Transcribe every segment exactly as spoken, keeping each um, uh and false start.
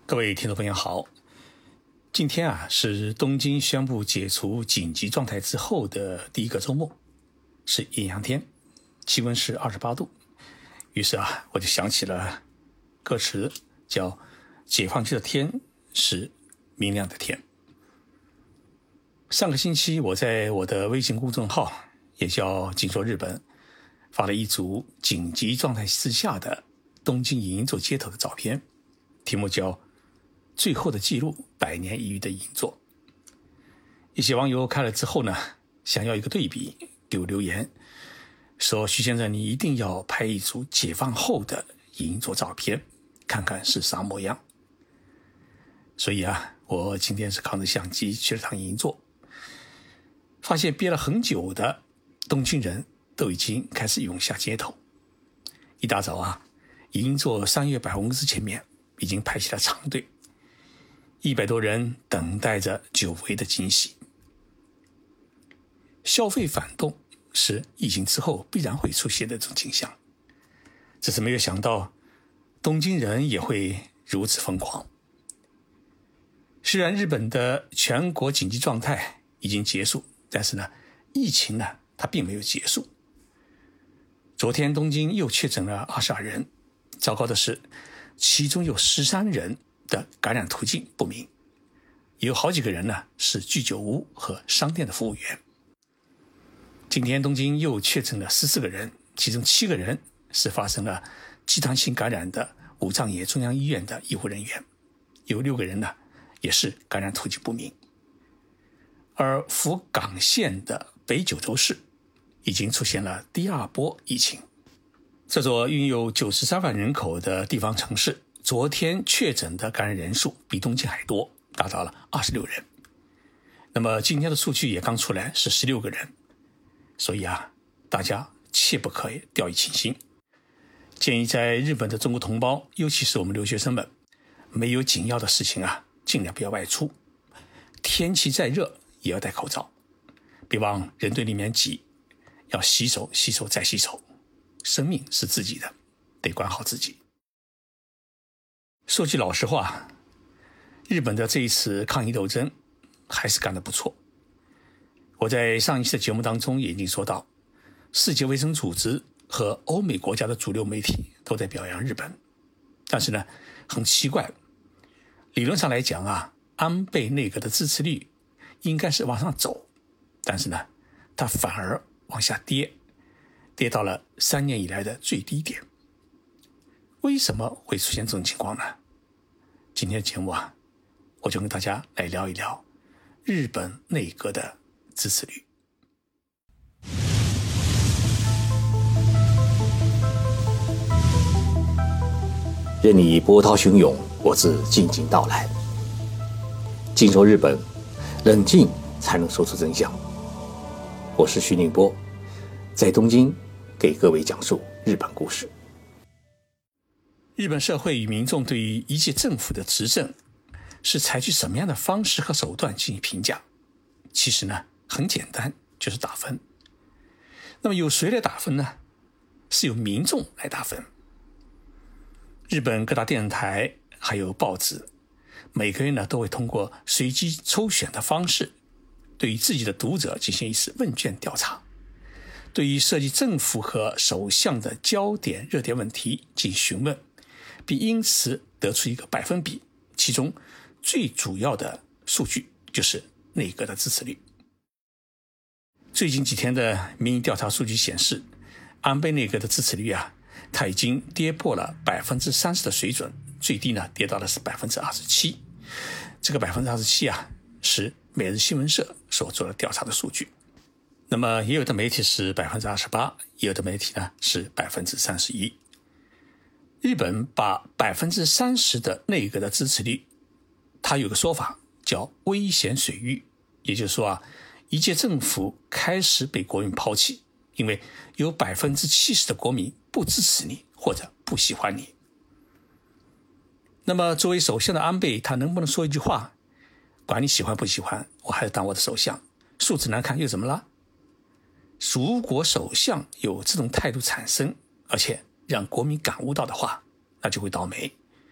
各位听众朋友好，今天啊是东京宣布解除紧急状态之后的第一个周末，是艳阳天，气温是二十八度。于是啊，我就想起了歌词，叫解放区的天是明亮的天。上个星期我在我的微信公众号，也叫静说日本，发了一组紧急状态之下的东京银座街头的照片，题目叫最后的记录，百年一遇的银座。一些网友看了之后呢，想要一个对比，给我留言说，徐先生你一定要拍一组解放后的银座照片，看看是啥模样。所以啊，我今天是扛着相机去了趟银座，发现憋了很久的东京人都已经开始涌下街头。一大早啊，银座三月百货公司前面已经排起了长队，一百多人等待着久违的惊喜。消费反动是疫情之后必然会出现的这种景象，只是没有想到东京人也会如此疯狂。虽然日本的全国紧急状态已经结束，但是呢，疫情呢它并没有结束。昨天东京又确诊了二十二人，糟糕的是其中有十三人的感染途径不明，有好几个人呢是居酒屋和商店的服务员。今天东京又确诊了十四个人，其中七个人是发生了集团性感染的武藏野中央医院的医护人员，有六个人呢也是感染途径不明。而福冈县的北九州市已经出现了第二波疫情。这座拥有九十三万人口的地方城市，昨天确诊的感染人数比东京还多，达到了二十六人。那么今天的数据也刚出来，是十六个人。所以啊，大家切不可以掉以轻心。建议在日本的中国同胞，尤其是我们留学生们，没有紧要的事情啊，尽量不要外出。天气再热也要戴口罩，别往人堆里面挤，要洗手洗手再洗手。生命是自己的，得管好自己。说句老实话，日本的这一次抗疫斗争还是干得不错。我在上一期的节目当中也已经说到，世界卫生组织和欧美国家的主流媒体都在表扬日本。但是呢，很奇怪，理论上来讲啊，安倍内阁的支持率应该是往上走，但是呢，它反而往下跌，跌到了三年以来的最低点。为什么会出现这种情况呢？今天的节目啊，我就跟大家来聊一聊日本内阁的支持率。 任你波涛汹涌，我自静静到来。静说日本，冷静才能说出真相。我是徐宁波，在东京给各位讲述日本故事。 日本社会与民众对于一届政府的执政是采取什么样的方式和手段进行评价？其实呢，很简单，就是打分。那么由谁来打分呢？是由民众来打分。日本各大电视台还有报纸，每个月呢都会通过随机抽选的方式，对于自己的读者进行一次问卷调查，对于涉及政府和首相的焦点热点问题进行询问，并因此得出一个百分比，其中最主要的数据就是内阁的支持率。最近几天的民意调查数据显示，安倍内阁的支持率啊，它已经跌破了百分之三十的水准，最低呢跌到的是百分之二十七。这个百分之二十七啊，是每日新闻社所做的调查的数据。那么也有的媒体是百分之二十八，也有的媒体呢是百分之三十一。日本把百分之三十的内阁的支持率，它有个说法叫危险水域，也就是说啊，一届政府开始被国民抛弃，因为有百分之七十的国民不支持你或者不喜欢你。那么作为首相的安倍，他能不能说一句话，管你喜欢不喜欢，我还是当我的首相，数字难看又怎么了？如果首相有这种态度产生，而且让国民感悟到的话，那就会倒霉。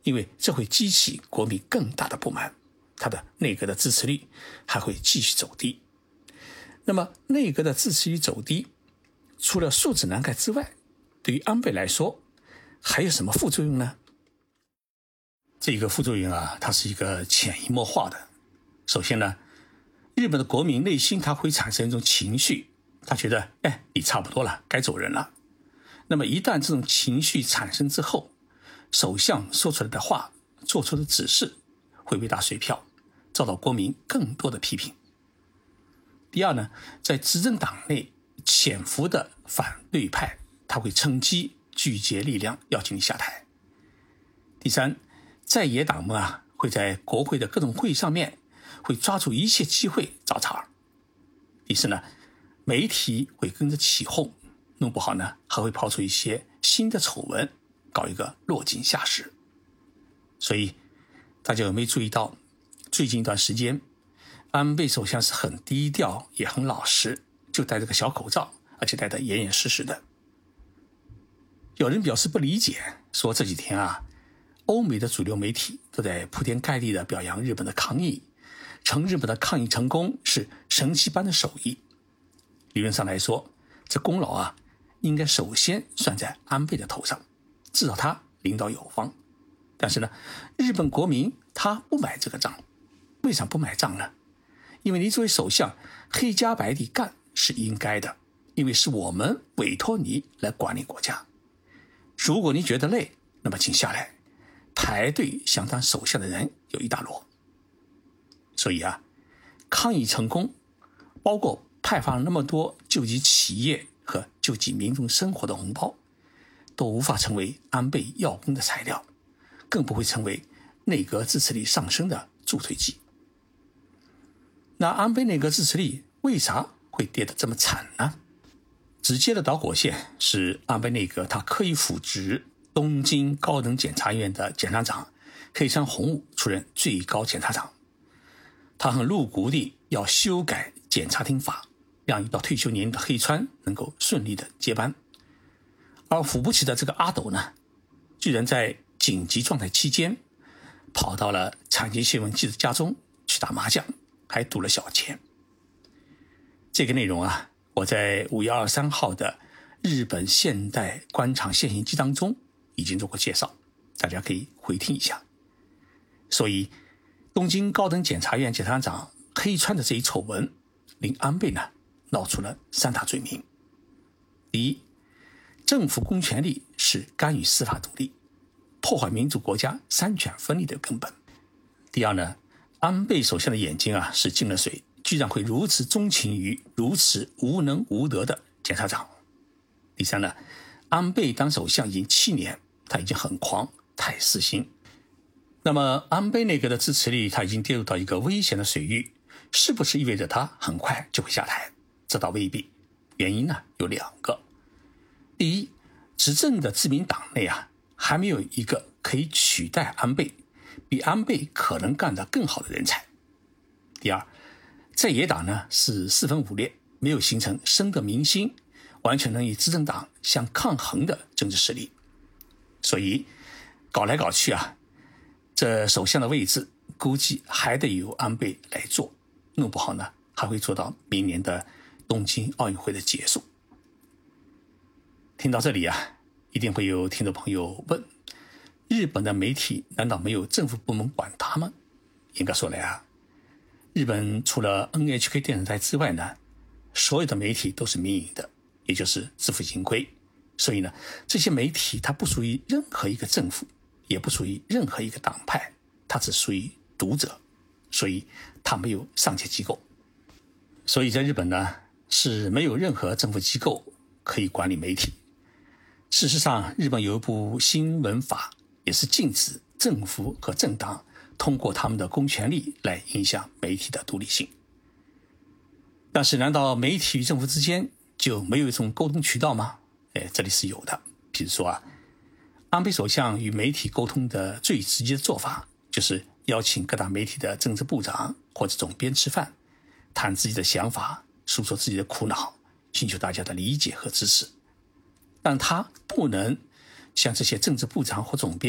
因为这会激起国民更大的不满，他的内阁的支持率还会继续走低。那么内阁的支持率走低，除了素质难改之外，对于安倍来说还有什么副作用呢？这个副作用啊，它是一个潜移默化的。首先呢，日本的国民内心他会产生一种情绪，他觉得哎，你差不多了，该走人了。那么一旦这种情绪产生之后，首相说出来的话，做出的指示会被打水漂，遭到国民更多的批评。第二呢，在执政党内潜伏的反对派，他会趁机聚集力量要求你下台。第三，在野党们啊，会在国会的各种会议上面会抓住一切机会找茬儿。第四呢，媒体会跟着起哄，弄不好呢还会抛出一些新的丑闻，搞一个落井下石。所以大家有没有注意到，最近一段时间安倍首相是很低调也很老实，就戴着个小口罩，而且戴得严严实实的。有人表示不理解，说这几天啊，欧美的主流媒体都在铺天盖地地表扬日本的抗疫，称日本的抗疫成功是神奇般的手艺。理论上来说，这功劳啊，应该首先算在安倍的头上，至少他领导有方。但是呢，日本国民他不买这个账。为啥不买账呢？因为你作为首相，黑加白地干是应该的，因为是我们委托你来管理国家。如果你觉得累，那么请下来，排队想当首相的人有一大摞。所以啊，抗疫成功，包括派发了那么多救济企业和救济民众生活的红包，都无法成为安倍要功的材料，更不会成为内阁支持率上升的助推剂。那安倍内阁支持率为啥会跌得这么惨呢？直接的导火线是安倍内阁他刻意扶植东京高等检察院的检察长黑川弘武出任最高检察长，他很露骨地要修改检察厅法，让已到退休年龄的黑川能够顺利的接班。而扶不起的这个阿斗呢，居然在紧急状态期间跑到了产经新闻记者家中去打麻将，还赌了小钱。这个内容啊，我在五月二十三号的日本现代官场现行记当中已经做过介绍，大家可以回听一下。所以东京高等检察院检察长黑川的这一丑闻，令安倍呢闹出了三大罪名。第一，政府公权力是干预司法独立，破坏民主国家三权分立的根本。第二呢，安倍首相的眼睛啊是进了水，居然会如此钟情于如此无能无德的检察长。第三呢，安倍当首相已经七年，他已经很狂，太私心。那么安倍内阁的支持率他已经跌入到一个危险的水域，是不是意味着他很快就会下台？这倒未必。原因呢有两个。第一，执政的自民党内啊，还没有一个可以取代安倍，比安倍可能干得更好的人才。第二，在野党呢是四分五裂，没有形成深得民心，完全能与执政党相抗衡的政治实力。所以搞来搞去啊，这首相的位置估计还得由安倍来做，弄不好呢还会做到明年的东京奥运会的结束。听到这里啊，一定会有听众朋友问，日本的媒体难道没有政府部门管他吗？应该说来啊，日本除了 N H K 电视台之外呢，所有的媒体都是民营的，也就是自负盈亏。所以呢，这些媒体它不属于任何一个政府，也不属于任何一个党派，它只属于读者，所以它没有上级机构。所以在日本呢，是没有任何政府机构可以管理媒体。事实上，日本有一部新闻法，也是禁止政府和政党通过他们的公权力来影响媒体的独立性。但是难道媒体与政府之间就没有一种沟通渠道吗？哎，这里是有的。比如说啊，安倍首相与媒体沟通的最直接的做法，就是邀请各大媒体的政治部长或者总编吃饭，谈自己的想法，诉说自己的苦恼，寻求大家的理解和支持。但他不能像这些政治部长或总编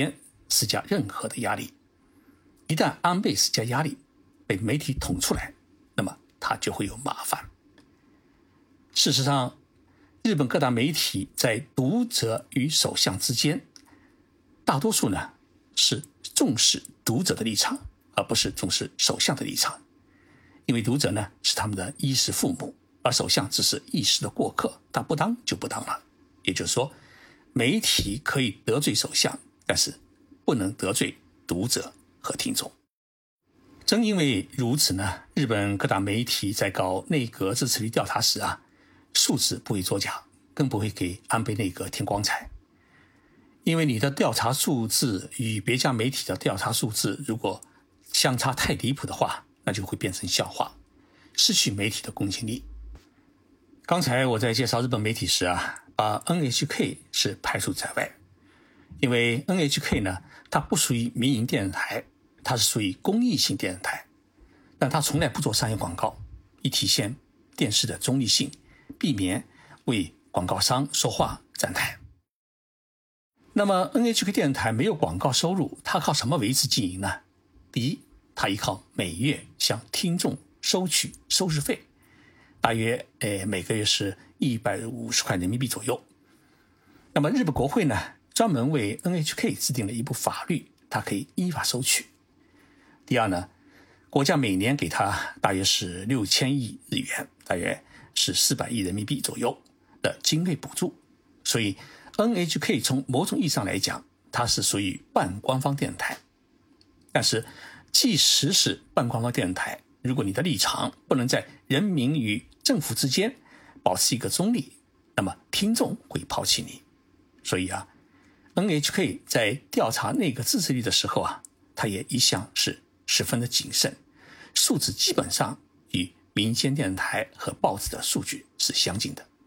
施加任何的压力。一旦安倍施加压力被媒体捅出来，那么他就会有麻烦。事实上，日本各大媒体在读者与首相之间，大多数呢是重视读者的立场，而不是重视首相的立场。因为读者呢是他们的衣食父母，而首相只是一时的过客，他不当就不当了。也就是说，媒体可以得罪首相，但是不能得罪读者和听众。正因为如此呢，日本各大媒体在搞内阁支持率调查时啊，数字不会作假，更不会给安倍内阁添光彩。因为你的调查数字与别家媒体的调查数字如果相差太离谱的话，那就会变成笑话，失去媒体的公信力。刚才我在介绍日本媒体时啊，把 N H K 是排除在外，因为 N H K 呢，它不属于民营电视台，它是属于公益性电视台，但它从来不做商业广告，以体现电视的中立性，避免为广告商说话站台。那么 N H K 电视台没有广告收入，它靠什么维持经营呢？第一，它依靠每月向听众收取收视费，大约呃每个月是一百五十块人民币左右。那么日本国会呢，专门为 N H K 制定了一部法律，它可以依法收取。第二呢，国家每年给它大约是六千亿日元，大约是四百亿人民币左右的经费补助，所以 N H K 从某种意义上来讲，它是属于半官方电台。但是即使是半官方电台，如果你的立场不能在人民与政府之间保持一个中立，那么听众会抛弃你。所以啊 N H K 在调查内阁支持率的时候啊，它也一向是十分的谨慎，数字基本上与民间电视台和报纸的数据是相近的。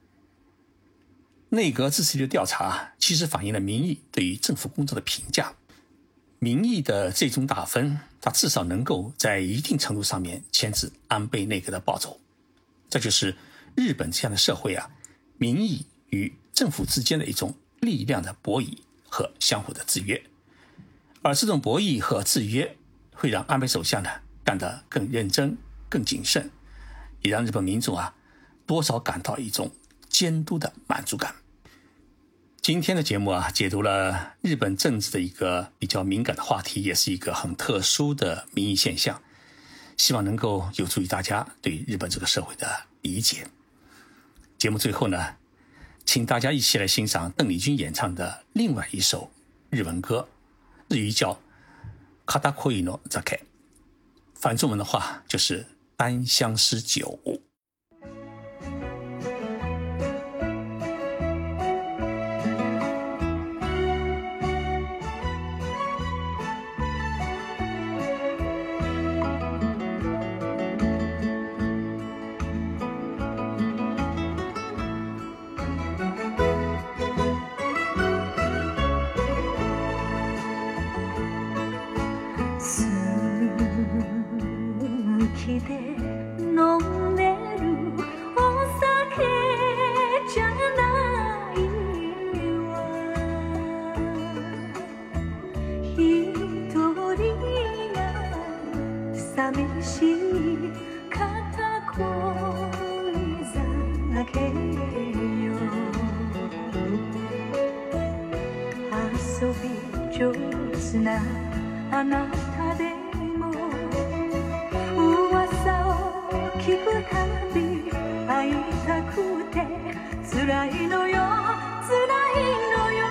内阁支持率的调查其实反映了民意对于政府工作的评价，民意的最终打分，它至少能够在一定程度上面牵制安倍内阁的暴走。这就是日本这样的社会啊，民意与政府之间的一种力量的博弈和相互的制约。而这种博弈和制约会让安倍首相呢干得更认真、更谨慎，也让日本民众啊多少感到一种监督的满足感。今天的节目啊，解读了日本政治的一个比较敏感的话题，也是一个很特殊的民意现象，希望能够有助于大家对日本这个社会的理解。节目最后呢，请大家一起来欣赏邓丽君演唱的另外一首日文歌，日语叫片恋の酒，翻中文的话就是单相思酒。 遊び上手なあなたでも噂を聞くたび会いたくて辛いのよ辛いのよ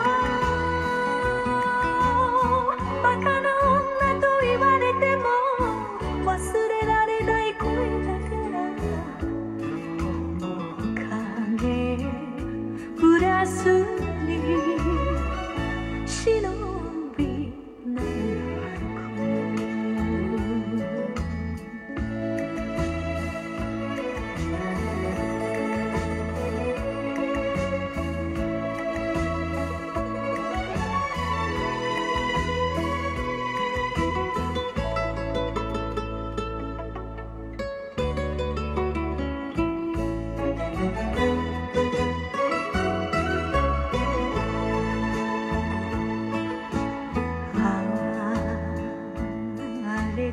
バカな女と言われても忘れられない声だから面影ブラスに忍び泣く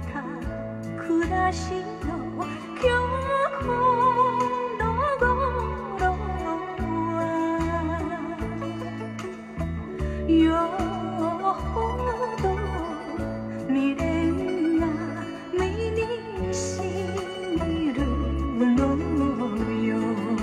た暮らしの今日この頃はよほど未練が身にしみるのよ。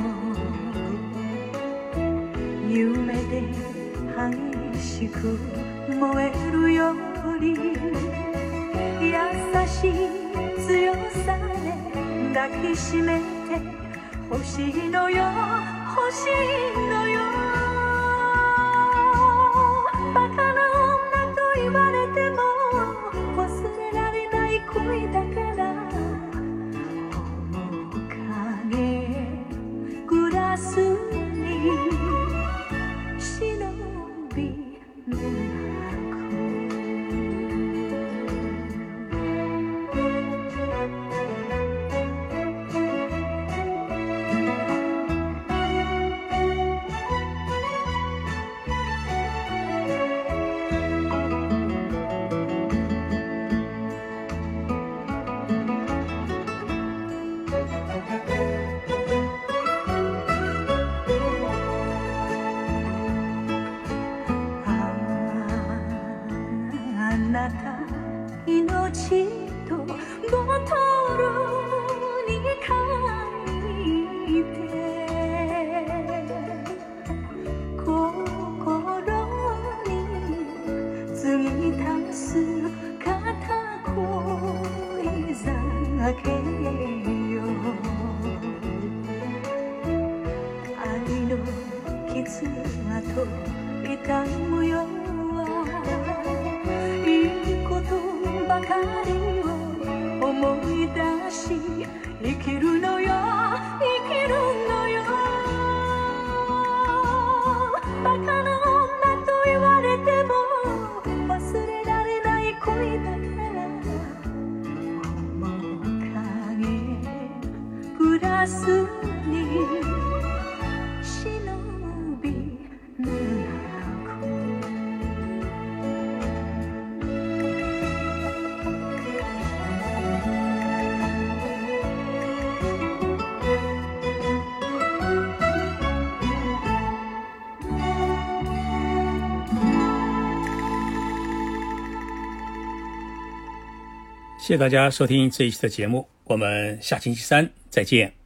夢で激しく燃えるより優しい強さで抱きしめて欲しいのよ欲しいのよ。バカな女と言われても忘れられない恋だから面影グラスに忍び泣く。あなた命とボトルに書いて心に継ぎ足す片恋酒よ。愛の傷跡痛むよいいことばかりを思い出し生きるのよ生きるのよ。バカな女と言われても忘れられない恋だから面影グラスに忍び泣く。 谢谢大家收听这一期的节目，我们下星期三再见。